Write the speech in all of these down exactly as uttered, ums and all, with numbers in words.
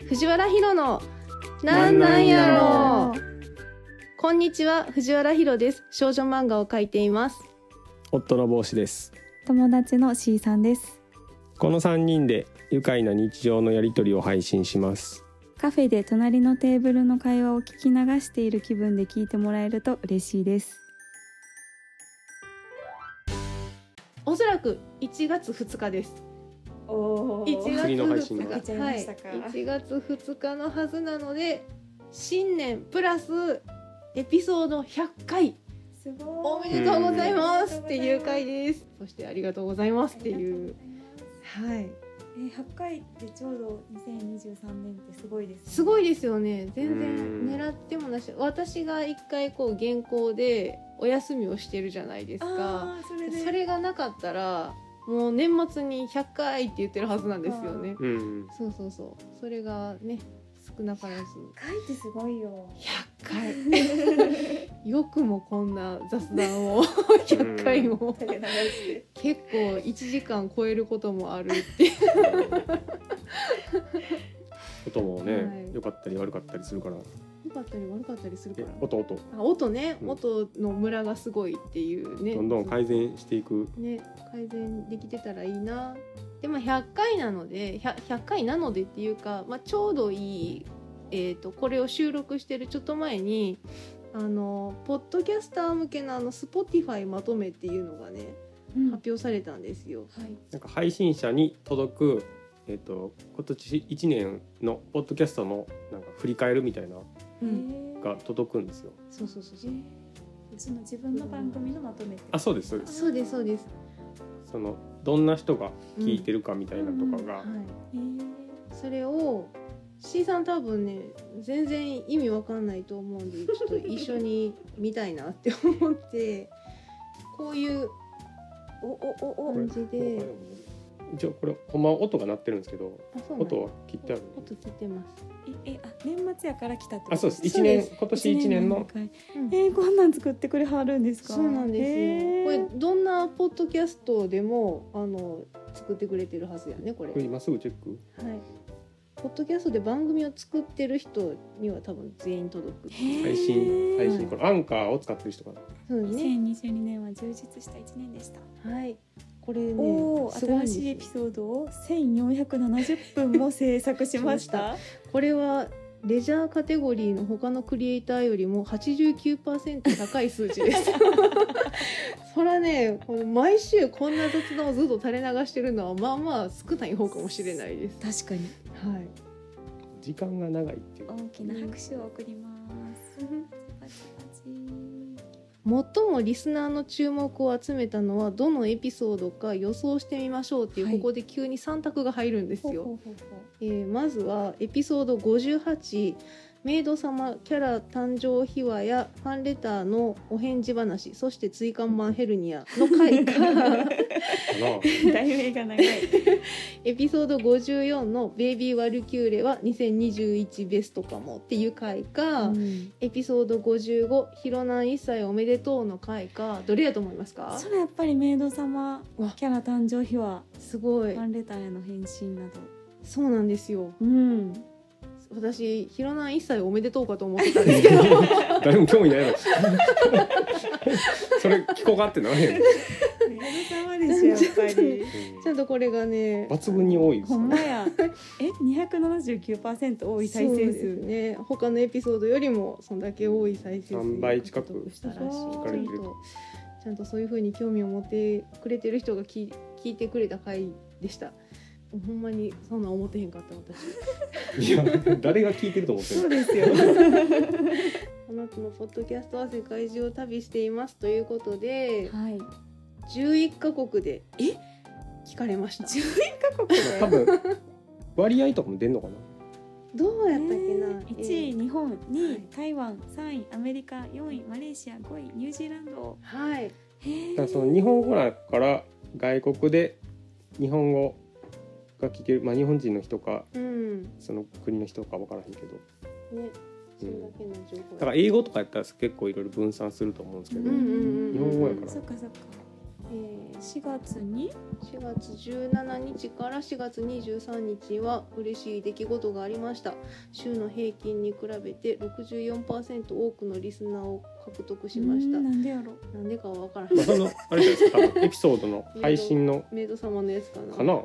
藤原ひろのなんなんやろ。こんにちは、藤原ひろです。少女漫画を描いています。 夫の帽子です。 友達の C さんです。 このさんにんで愉快な日常のやりとりを配信します。 カフェで隣のテーブルの会話を聞き流している気分で聞いてもらえると嬉しいです。 おそらくいちがつふつかです。 おいちがつ次の配信ふつか、 がはい、いちがつふつかのはずなので、新年プラスエピソードひゃっかいすごいおめでとうございますっていう回です。そしてありがとうございますっていう、はい、 えー、はっかいでちょうどにせんにじゅうさんねんってすごいですね。 すごいですよね。全然狙ってもなし、私が一回こう原稿でお休みをしてるじゃないですか。 あー、それでそれがなかったらもう年末にひゃっかいって言ってるはずなんですよね。 うん、 そうそうそう。それがね、少なからずひゃっかいってすごいよ。 ひゃっかいよくもこんな雑談をひゃっかいも結構いちじかん超えることもあるっていう音もね、 はい、 良かったり悪かったりするから、 良かったり悪かったりするから、 音音あ音ね、 うん、 音のムラがすごいっていうね、 どんどん改善していくね、改善できてたらいいな。でもひゃっかいなので 100, ひゃっかいなのでっていうか、まあ、ちょうどいい、えーと、これを収録してるちょっと前にあのポッドキャスター向けのあの Spotify まとめっていうのがね、うん、発表されたんですよ。はい、 なんか配信者に届く、えーと、今年いちねんのポッドキャストのなんか振り返るみたいな、うん、が届くんですよ。 そうそうそうそう。 その自分の番組のまとめて。 あ、そうですそうです。 そうですそうです。 そのどんな人が聞いてるかみたいなとかが、 うんうんはい、それを C さん多分ね全然意味わかんないと思うんで、ちょっと一緒に見たいなって思ってこういうおおおお感じで、 一応これほんま音が鳴ってるんですけど、音は切ってある。 音切ってます。 ええあ年末やから来たってこと。 あ、そうです。一年、今年一年の、 うん、えー、こんなん作ってくれはるんですか。 そうなんですよ。これどんなポッドキャストでもあの作ってくれてるはずやね、これ。 これ今すぐチェック。 はい。ポッドキャストで番組を作ってる人には多分全員届く。 配信配信、これアンカーを使ってる人かな。 そうですね。 にせんにじゅうにねんは充実したいちねんでした。 はい。これね、 お新しいエピソードをせんよんひゃくななじゅっぷんも制作しました。 これはレジャーカテゴリーの他のクリエイターよりも はちじゅうきゅうパーセント 高い数値ですそらね、この毎週こんな雑談をずっと垂れ流してるのはまあまあ少ない方かもしれないです。 確かに、 はい、 時間が長いっていう。 大きな拍手を送ります、うん最もリスナーの注目を集めたのはどのエピソードか予想してみましょうっていう、はい、ここで急にさん択が入るんですよ。ほうほうほうほう、えー、まずはエピソードごじゅうはち、メイド様キャラ誕生秘話やファンレターのお返事話、そして椎間板ヘルニアの回か題名が長いエピソードごじゅうよんのベイビーワルキューレはにせんにじゅういちベストかもっていう回か、うん、エピソードごじゅうごヒロナンいっさいおめでとうの回か、どれやと思いますか？ それやっぱりメイド様キャラ誕生秘話、 すごい、 ファンレターへの返信など。 そうなんですよ、 うん、 私ヒロナンいっさいおめでとうかと思ってたんですけど誰も興味ないのそれ聞こうかってなるやん。 メイド様ですよやっぱりちゃんとこれがね抜群に多いです、ね、 ほんまやえ にひゃくななじゅうきゅうパーセント 多い再生数。そうですね、他のエピソードよりもそんだけ多い再生数さんばい近くしたらしい。ちゃんとちゃんとそういう風に興味を持ってくれてる人が聞いてくれた回でした。ほんまにそんな思ってへんかった私。 いや誰が聞いてると思ってる。 そうですよこの後のポッドキャストは世界中を旅していますということで、 はい、 じゅういっかこくでえ聞かれました。 じゅういっかこくで多分割合とかも出んのかな。 どうやったっけな、 えー、いちい日本、にい、はい、台湾、さんいアメリカ、よんいマレーシア、ごいニュージーランド。 はい。 だからその日本語だから外国で日本語が聞ける、まあ、日本人の人か、うん、その国の人か分からへんけどね、それだけの情報、 だから英語とかやったら結構いろいろ分散すると思うんですけど、うんうんうん、日本語やからそっかそっかえー、 しがつにしがつじゅうしちにちからしがつにじゅうさんにちは嬉しい出来事がありました。週の平均に比べて ろくじゅうよんパーセント 多くのリスナーを獲得しました。 なんでやろなんでかは分からない、 まあ、そのあれじゃないですか、多分エピソードの配信のメイド様のやつかなかな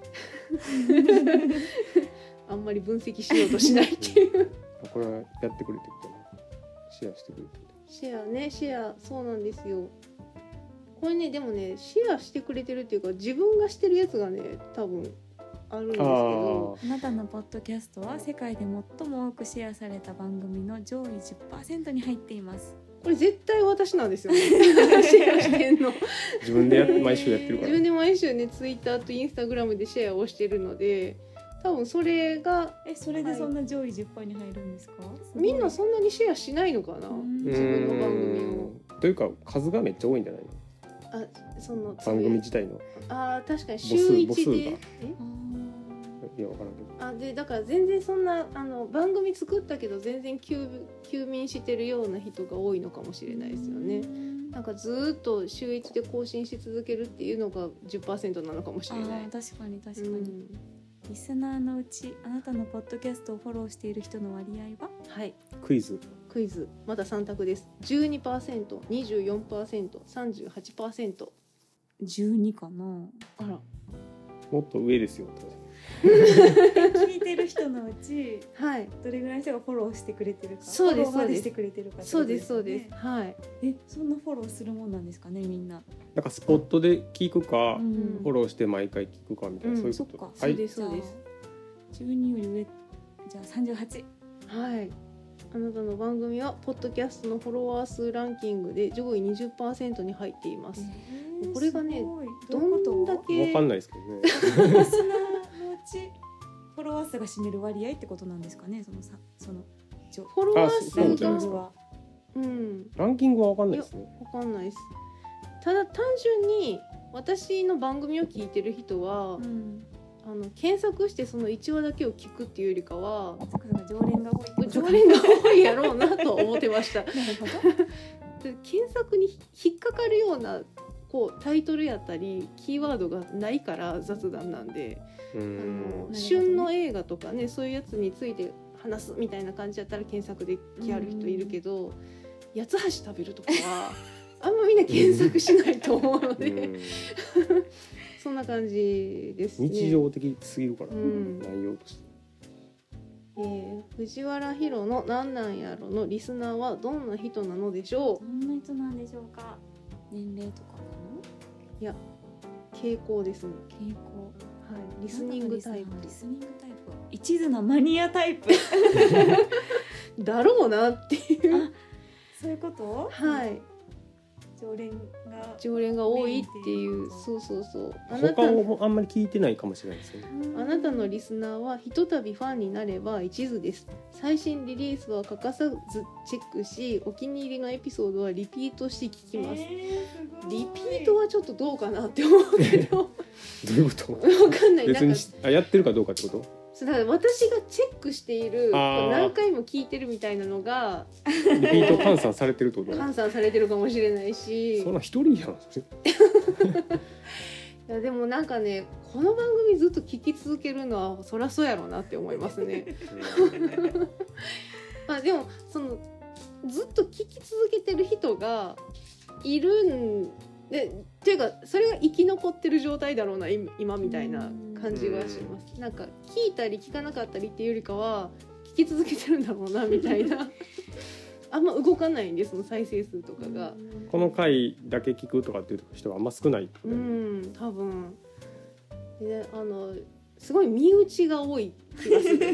あんまり分析しようとしないっていう、 うん、これはやってくれてるかな、シェアしてくれてる、 シェアね、シェア、そうなんですよ。これね、でもね、シェアしてくれてるっていうか、自分がしてるやつがね、多分あるんですけど、 あなたのポッドキャストは世界で最も多くシェアされた番組の上位 じゅっパーセント に入っています。 これ絶対私なんですよねシェアしてんの自分でや毎週やってるから、 自分で毎週ね、ツイッターとインスタグラムでシェアをしてるので、多分それがえそれでそんな上位 じゅっパーセント に入るんですか？ みんなそんなにシェアしないのかな、自分の番組を。 というか数がめっちゃ多いんじゃないの？ あ、その番組自体の。 あ、確かに週いちで、え、 いや分からんけど。 あでだから全然そんなあの番組作ったけど全然休休眠してるような人が多いのかもしれないですよね。なんかずっと週いちで更新し続けるっていうのが じゅっパーセント なのかもしれない。 あ、確かに確かに、うん、リスナーのうちあなたのポッドキャストをフォローしている人の割合は？ はい、 クイズクイズまださん択です。 じゅうにパーセント、にじゅうよんパーセント、さんじゅうはちパーセント。 じゅうにかな。 あら、 もっと上ですよ聞いてる人のうち、 はい、 どれぐらいの人がフォローしてくれてるか、 そうです、 フォローまでしてくれてるかってことですね。 そうですそうです、はい。 え、そんなフォローするもんなんですかね、みんな。 なんかスポットで聞くか、うん、フォローして毎回聞くかみたいな、うん、そういうこと。 そっか、 そうですそうです。 じゅうにより上、じゃあさんじゅうはち。 はい。あなたの番組はポッドキャストのフォロワー数ランキングで上位 にじゅっパーセント に入っています。えー、これがね、どんだけわかんないですけどね。 リスナーのうちフォロワー数が占める割合ってことなんですかね。そのさ、そのフォロワー数ランキングは、うん、 ランキングはわかんないですね。 わかんないです。ただ単純に私の番組を聞いてる人は、うん、あの検索してそのいちわだけを聞くっていうよりかは、 常連が多い常連が多いやろうなと思ってましたなるほど検索に引っかかるようなこうタイトルやったりキーワードがないから雑談なんで、 うーん、 あの旬の映画とかね、そういうやつについて話すみたいな感じだったら検索できある人いるけど、八つ橋食べるとかはあんまみんな検索しないと思うのでそんな感じですね。 日常的すぎるから、 うん、 内容として。 えー、藤原ヒロのなんなんやろのリスナーはどんな人なのでしょう。 どんな人なんでしょうか。年齢とかなの？ いや、傾向ですね。 傾向。 はい。リスニングタイプ。 リスニングタイプ。一途なマニアタイプ。 だろうなっていう。 あ、そういうこと？ はい。常連が常連が多いっていう、そうそうそう。 あなた他をあんまり聞いてないかもしれないですね。 あなたのリスナーはひとたびファンになれば一途です。最新リリースは欠かさずチェックし、お気に入りのエピソードはリピートして聞きます。えー、すごい。リピートはちょっとどうかなって思うけどどういうこと？ わかんない。 別にあやってるかどうかってこと？ だから私がチェックしている、何回も聞いてるみたいなのがリピート換算されてるってこと？ 換算されてるかもしれないし、 そんな一人やんいやでもなんかね、この番組ずっと聞き続けるのはそりゃそうやろうなって思いますねまあでもそのずっと聞き続けてる人がいるんで、っていうかそれが生き残ってる状態だろうな今みたいな感じがします。なんか聞いたり聞かなかったりっていうよりかは聞き続けてるんだろうなみたいなあんま動かないんです、その再生数とかが。 この回だけ聞くとかっていう人があんま少ない、ね、 うん多分で、あのすごい身内が多い気がするで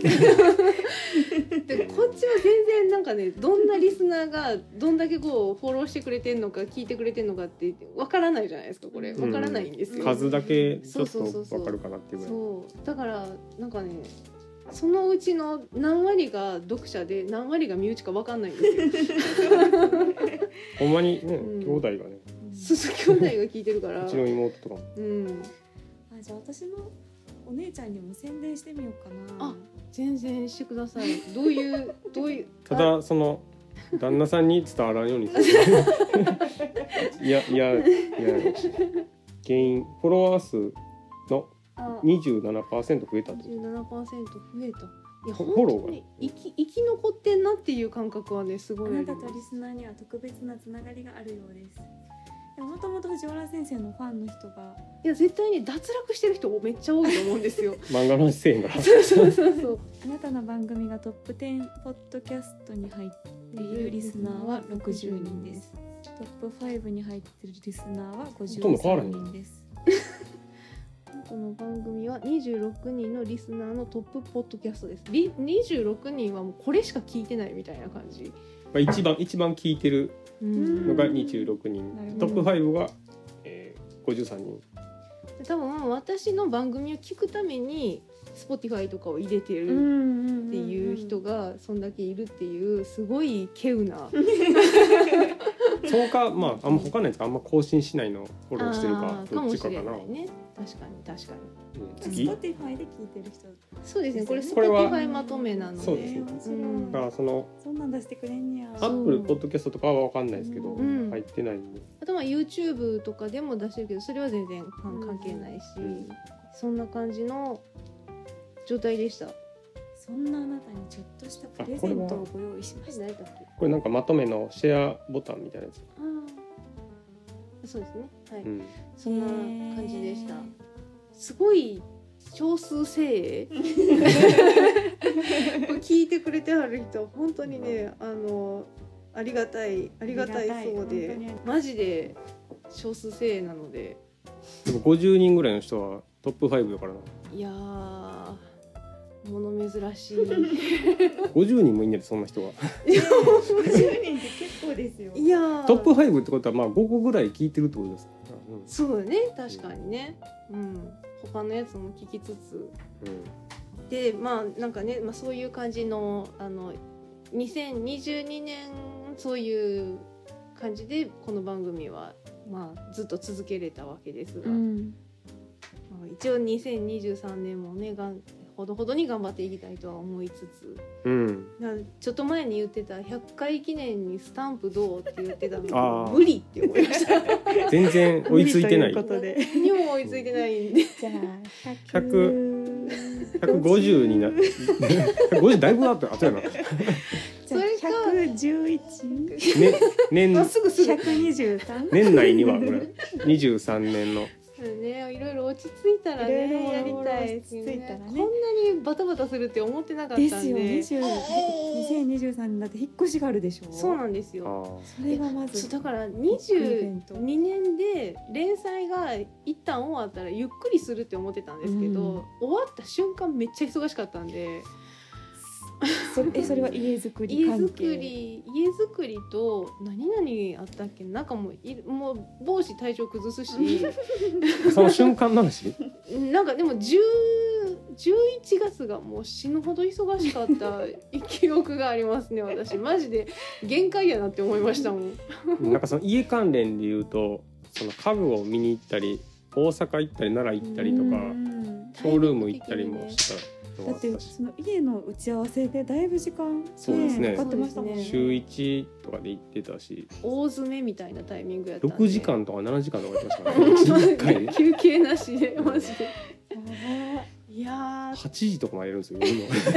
こっちは全然なんかね、どんなリスナーがどんだけこうフォローしてくれてんのか聞いてくれてんのかってわからないじゃないですか。これわからないんですよ、 うん、数だけちょっとわかるかなっていうぐらい。 そうだからなんかね、そのうちの何割が読者で何割が身内か分かんないんですよほんまにね、うん、兄弟がね、 すす兄弟が聞いてるからうちの妹とかも、 うん、 あ、じゃあ私のお姉ちゃんにも宣伝してみようかな。 あ、全然してください。どういうどういうただその旦那さんに伝わらんようにするいやいやいや原因フォロワー数の にじゅうななパーセント 増えたと。 にじゅうななパーセント 増えた。いやフォローが本当に生き生き残ってんなっていう感覚はねすごいああなります。 たとリスナーには特別なつながりがあるようです。もともと藤原先生のファンの人がいや絶対に脱落してる人めっちゃ多いと思うんですよ漫画の出演がそうそうそうそうあなたの番組がトップじゅうポッドキャストに入っているリスナーはろくじゅうにんです。トップごに入っているリスナーはごじゅうさんにんです。 この番組はにじゅうろくにんのリスナーのトップポッドキャストです。リにじゅうろくにんはもうこれしか聞いてないみたいな感じ。 まあ一番一番聞いてるうんのがにじゅうろくにん、トップごが、えー、ごじゅうさんにん。 多分私の番組を聞くために Spotify とかを入れてるっていう人がそんだけいるっていうすごい稀有なそうか、まああんま他のやつがあんま更新しないのフォローしてるかどっちかかな。 かもしれないね。確かに確かに。 うん、 ス次ポティファイで聞いてる人。 そうですね。これこれは Spotify まとめなので。 そうですね。 うんだからそのそんなん出してくれんねや。 アップルポッドキャストとかは分かんないですけど、 うん、 入ってないんで。 あとは YouTube とかでも出してるけどそれは全然関係ないし、うん、そんな感じの状態でした。 そんなあなたにちょっとしたプレゼントをご用意しました。 これなんかまとめのシェアボタンみたいなやつ。 あ、そうですね。はい、うん、そんな感じでした。すごい少数精鋭聞いてくれてはる人本当にね、あのありがたいありがたいそうでマジで少数精鋭なので。 でもごじゅうにんぐらいの人はトップごだからな。 いやー物珍しいごじゅうにんもいんねん、そんな人がごじゅうにんって結構ですよ。 いやトップごってことはまあごこぐらい聞いてるってことですか、 うん、そうだね確かにね、うん、他のやつも聞きつつ、うん、でまあなんかね、まあ、そういう感じのあのにせんにじゅうにねんそういう感じでこの番組は、まあ、ずっと続けれたわけですが、うんまあ、一応にせんにじゅうさんねんもねがんほどほどに頑張っていきたいとは思いつつ、うん、ちょっと前に言ってたひゃっかい記念にスタンプどうって言ってたの無理って思いました全然追いついてないということで何も追いついてないんでじゃあひゃく ひゃくごじゅうになってひゃくごじゅうだいぶあったあとやなそれかひゃくじゅういち、 ね、年すぐすぐひゃくにじゅうさん年内にはこれにじゅうさんねんのね、いろいろ落ち着いたらねやりたいですよね。ねこんなにバタバタするって思ってなかったんで。 ですよ。にせんにじゅうさんねんだって引っ越しがあるでしょ。 そうなんですよ。 それがまずだからにじゅうにねんで連載が一旦終わったらゆっくりするって思ってたんですけど、うん、終わった瞬間めっちゃ忙しかったんで。 それえそれは家づくり関係家づくり家づくりと何々あったっけなんかもういもう帽子体調崩すしその瞬間の話なんかでもじゅう、じゅういちがつがもう死ぬほど忙しかった記憶がありますね私マジで限界やなって思いましたもんなんかその家関連で言うとその家具を見に行ったり大阪行ったり奈良行ったりとかショールーム行ったりもしただってその家の打ち合わせでだいぶ時間、ね、 そうですね、 かかってましたもんね。 週いちとかで行ってたし大詰めみたいなタイミングやったんでろくじかんとかななじかんとかやってましたからね休憩なしでマジでいやはちじとかもやるんですよ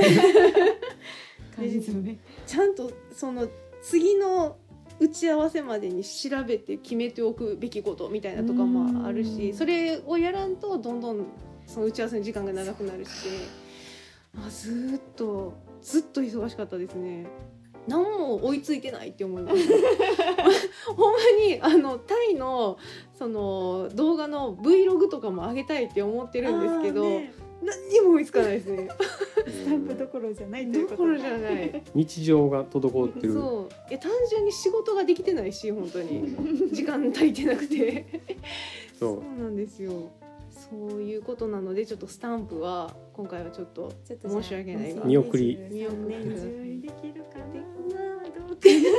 ちゃんとその次の打ち合わせまでに調べて決めておくべきことみたいなとかもあるしそれをやらんとどんどんその打ち合わせの時間が長くなるしあずっとずっと忙しかったですね。何も追いついてないって思いますほんまにあのタイのその動画の Vlog とかも上げたいって思ってるんですけど、ね、何にも追いつかないですねスタンプどころじゃないということどころじゃない日常が滞ってるそういや単純に仕事ができてないし本当に時間足りてなくてそうそうなんですよ。そういうことなのでちょっとスタンプは今回はちょっと申し訳ないが見送り見送りにできるかなどう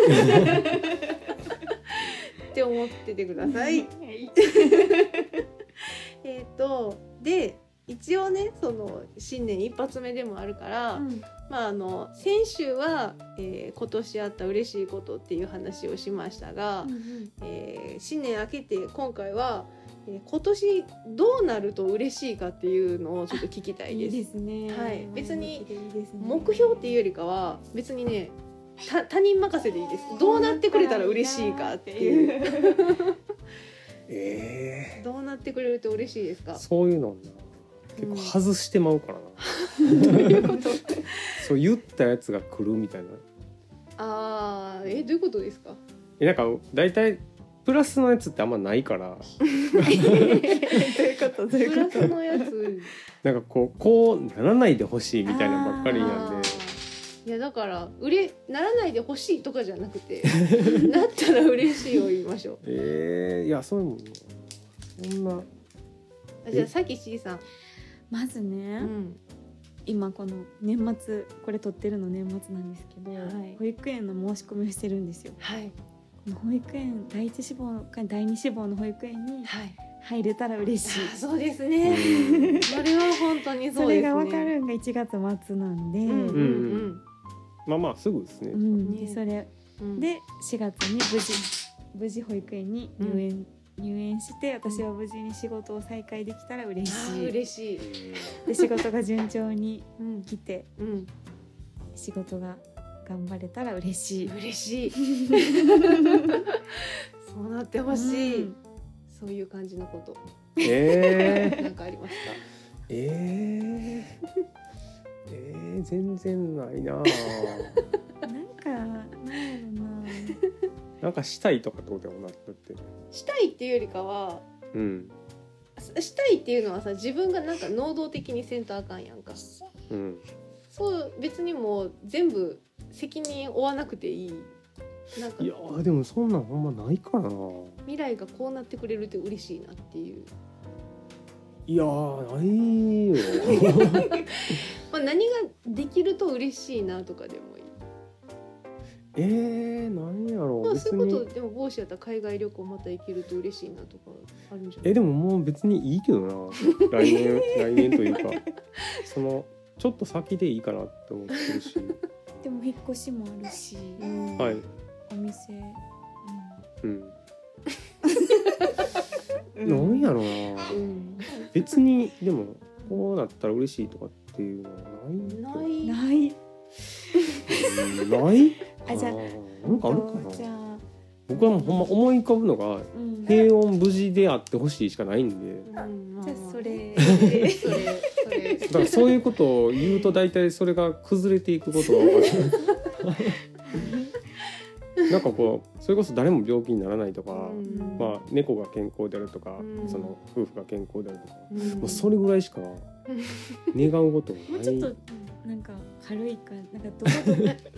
って思っててください。えっとで一応ねその新年一発目でもあるから、うん、まああの先週は、えー、今年あった嬉しいことっていう話をしましたが、うんうん、えー、新年明けて今回は、えー、今年どうなると嬉しいかっていうのをちょっと聞きたいです。 いいですね。 はい、別に目標っていうよりかは別にねた他人任せでいいです。どうなってくれたら嬉しいかっていうえー、どうなってくれると嬉しいですか。 そういうのな結構外してまうからな、うん、どういうことそう言ったやつが来るみたいな。 あーえどういうことですか。 えなんかだいたいプラスのやつってあんまないからどういうことどういうことプラスのやつなんかこうこうならないでほしいみたいなばっかりなんで。 いやだから売れならないでほしいとかじゃなくてなったら嬉しいを言いましょう。 えー、いやそういうのそんなあじゃあさきしーさんまずね、うん、今この年末これ撮ってるの年末なんですけど、はい、保育園の申し込みをしてるんですよ、はい、この保育園第一志望か第二志望の保育園に入れたら嬉しい、 はい、そうですねそれは本当にそうですね。それが分かるのがいちがつ末なんで、うんうんうん、 まあまあすぐですね、 うん、でそれ、うん、でしがつに無事無事保育園に入園、うん入園して私は無事に仕事を再開できたら嬉しい。 嬉しいで仕事が順調に来て、うんうん、仕事が頑張れたら嬉しい。 嬉しいそうなってほしい、うん、そういう感じのことえー、なんかありますか。 えー、えー、全然ないななんかなんやろななんかしたいとかってことやもんなってしたいっていうよりかは、うん、したいっていうのはさ自分がなんか能動的にせんとあかんやんか、うん、そう別にもう全部責任負わなくていい。なんかいやでもそんなんほんまないからな。 未来がこうなってくれるって嬉しいなっていう。 いやないよまあ何ができると嬉しいなとかでもいい。 えー、何やろう。 まあ、そういうことでも帽子やったら海外旅行また行けると嬉しいなとかあるんじゃない。 えでももう別にいいけどな来年来年というかそのちょっと先でいいかなって思ってるしでも引っ越しもあるし、うん、 はいお店うん、うん、なんやろうな、うん、別にでもこうなったら嬉しいとかっていうのはないないないあじゃあなんかあるかな。じゃあ僕はもうほんま思い浮かぶのが、うん、平穏無事であってほしいしかないんで、うん、 じゃあそれそれそれだからそういうことを言うと大体それが崩れていくことが分かるなんかこうそれこそ誰も病気にならないとか、うんまあ、猫が健康であるとか、うん、その夫婦が健康であるとか、うん、もうそれぐらいしか願うことがない。 もうちょっとなんか軽いかなんかどこどなんか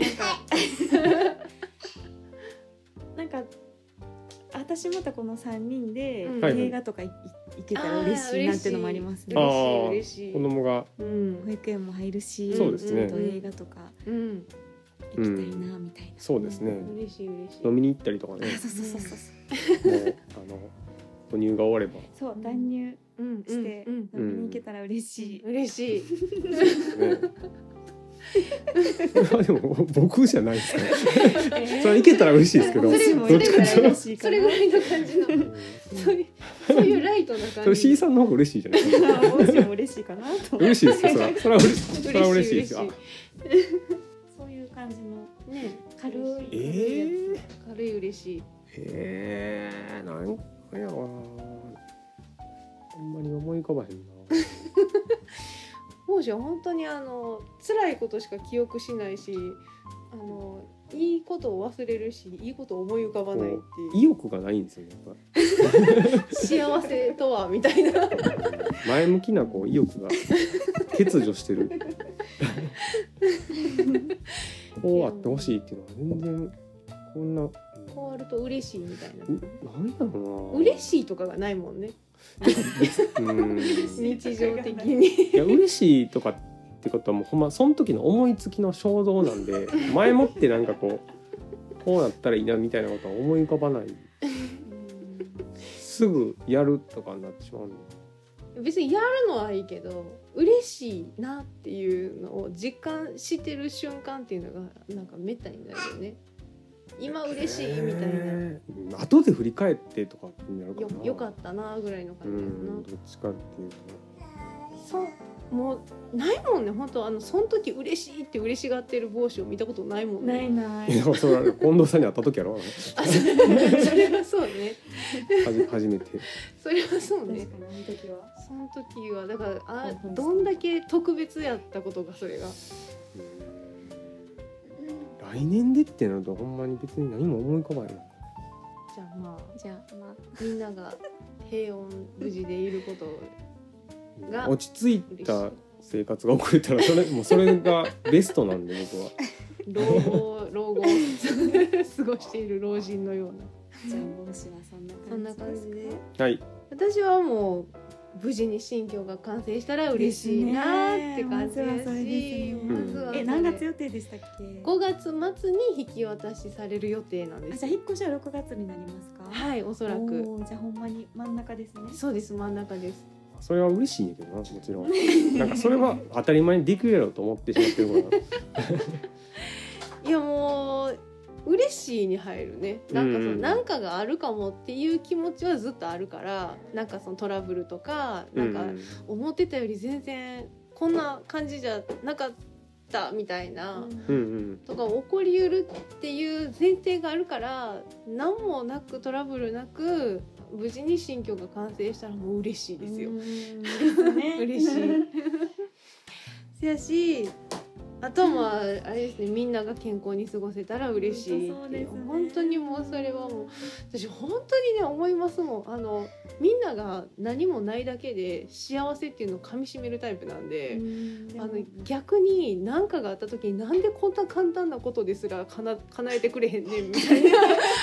なんか私またこのさんにんで映画とか行けたら嬉しいなっていうのもありますね。 嬉しい嬉しい。 子供が、 うん、保育園も入るし、 そうですね。 と映画とか行きたいなみたいな。 そうですね。 嬉しい嬉しい。 飲みに行ったりとかね。 そうそうそうそう。 もうあの母乳が終われば。 そう断乳して飲みに行けたら嬉しい。 嬉しい。 それはでも僕じゃないですか、えー、それは行けたら嬉しいですけどそれもそれぐらいのそれぐらいの感じの、うん、そういうそういうライトな感じ。 それ C さんの方が嬉しいじゃないですか。 もしも嬉しいかなと。 嬉しいですよ。それはそれは嬉しい。それは嬉しいですよ。 そういう感じのね軽い、 えー、 軽い嬉しい。 えー、なんかやろな。あんまり思い浮かばへんな。 当時は本当にあの辛いことしか記憶しないし、あのいいことを忘れるし、いいことを思い浮かばないっていう意欲がないんですよね。 幸せとはみたいな前向きなこう意欲が欠如してるこうあってほしいっていうのは全然こんな、うん、 こうあると嬉しいみたいな。 なんやろな。 嬉しいとかがないもんね。 うん日常的にいや嬉しいとかってことはもうほんまその時の思いつきの衝動なんで前もってなんかこうこうなったらいいなみたいなことは思い浮かばない。すぐやるとかになってしまうんで。 別にやるのはいいけど嬉しいなっていうのを実感してる瞬間っていうのがなんかめったになるよね。今嬉しいみたいな、えー、後で振り返ってとかになるかな。 よ, よかったなぐらいの感じだな。 うん、どっちかっていうとそうもうないもんね本当。あのその時嬉しいって嬉しがってる帽子を見たことないもんね。 ないない。 いやそれは近藤さんに会った時やろあそれはそうねはじ初めてそれはそうね。 確かにあの時はその時はだからあどんだけ特別やったことがそれが。 来年でってなるとほんまに別に何も思い浮かばない。 じゃあまあじゃあまあみんなが平穏無事でいることが落ち着いた生活が送れたらそれもうそれがベストなんで僕は老後老後を過ごしている老人のような。 じゃあ帽子はそんな感じですか。そんな感じで、 はい、 私はもう無事に新居が完成したら嬉しいなって感じですし、 まずはえ何月予定でしたっけ？ ごがつ末に引き渡しされる予定なんです。 あ、じゃあ引っ越しはろくがつになりますか？ はい、おそらく。 じゃあほんまに真ん中ですね。 そうです、真ん中です。 それは嬉しいんやけどな、もちろんなんかそれは当たり前にできるやろと思ってしまってるからいやもう嬉しいに入るね。なんかそのなんかがあるかもっていう気持ちはずっとあるから、なんかそのトラブルとかなんか思ってたより全然こんな感じじゃなかったみたいなとか起こりうるっていう前提があるから、何もなくトラブルなく無事に新居が完成したらもう嬉しいですよ。嬉しい。せやし、あとはまああれですね、みんなが健康に過ごせたら嬉しいっていう、本当にもうそれはもう私本当にね思いますもん。あのみんなが何もないだけで幸せっていうのを噛み締めるタイプなんで、あの逆に何かがあった時になんでこんな簡単なことですらかな叶えてくれへんねんみたいな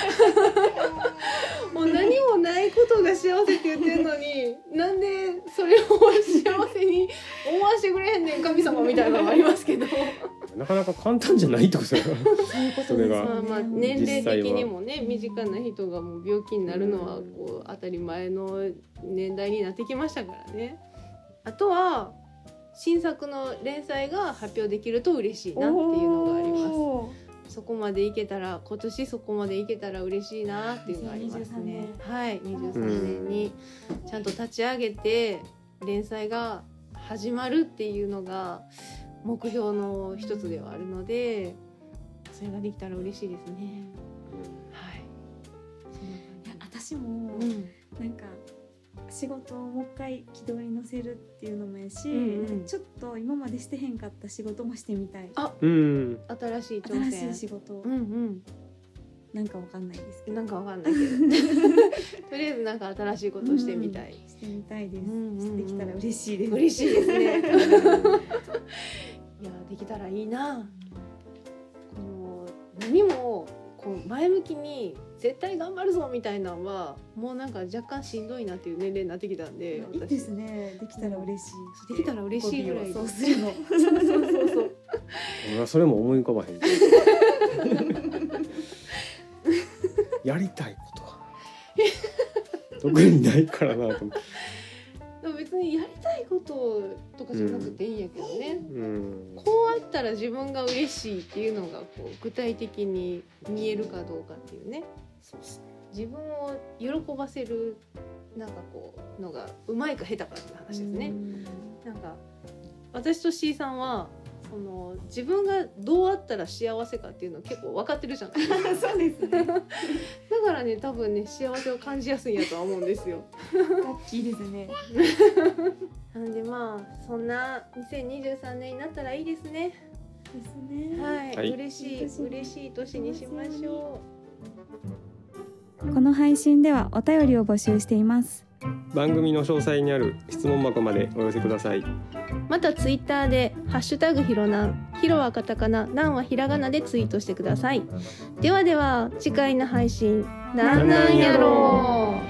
もう何もないことが幸せって言ってんのになんでそれを幸せに思わせてくれへんねん神様みたいなのもありますけどなかなか簡単じゃないってことだからそれが、 まあ、まあ年齢的にもね身近な人がもう病気になるのはこう当たり前の年代になってきましたからね。あとは新作の連載が発表できると嬉しいなっていうのがあります。そこまでいけたら今年そこまでいけたら嬉しいなっていうのがありますね。はい、にじゅうさんねんにちゃんと立ち上げて連載が始まるっていうのが目標の一つではあるので、それができたら嬉しいですね。はい。 いや私も、うん、なんか仕事をもう一回軌道に乗せるっていうのもやし、うんうん、ちょっと今までしてへんかった仕事もしてみたい。 あ、うん、新しい挑戦、 新しい仕事、 うんうん、 なんかわかんないですけど、 なんかわかんないけどとりあえずなんか新しいことをしてみたい、 うん、してみたいです、うんうんうん、してきたら嬉しいです。 嬉しいですねいやできたらいいな。この何もこう前向きに絶対頑張るぞみたいなのはもうなんか若干しんどいなっていう年齢になってきたんで、 いいですね。できたら嬉しい。 できたら嬉しいぐらい。 そうするの。 そうそうそうそう。 俺はそれも思い浮かばへん。やりたいことは特にないからなと思って。 でも別にやりたいこととかじゃなくていいんやけどね、うん、こうあったら自分が嬉しいっていうのがこう具体的に見えるかどうかっていうね。そうですね。自分を喜ばせるなんかこうのがうまいか下手かっていう話ですね。なんか私と C さんはその自分がどうあったら幸せかっていうの結構分かってるじゃないですか。 そうですね。だからね多分ね幸せを感じやすいんやとは思うんですよ。 ラッキーですね。 なんでまあそんなにせんにじゅうさんねんになったらいいですね。 ですね。 はい、はい、嬉しい嬉しい年にしましょう。この配信ではお便りを募集しています。 番組の詳細にある質問箱までお寄せください。 またツイッターでハッシュタグひろなんひろはカタカナなんはひらがなでツイートしてください。ではでは次回の配信なんなんやろう。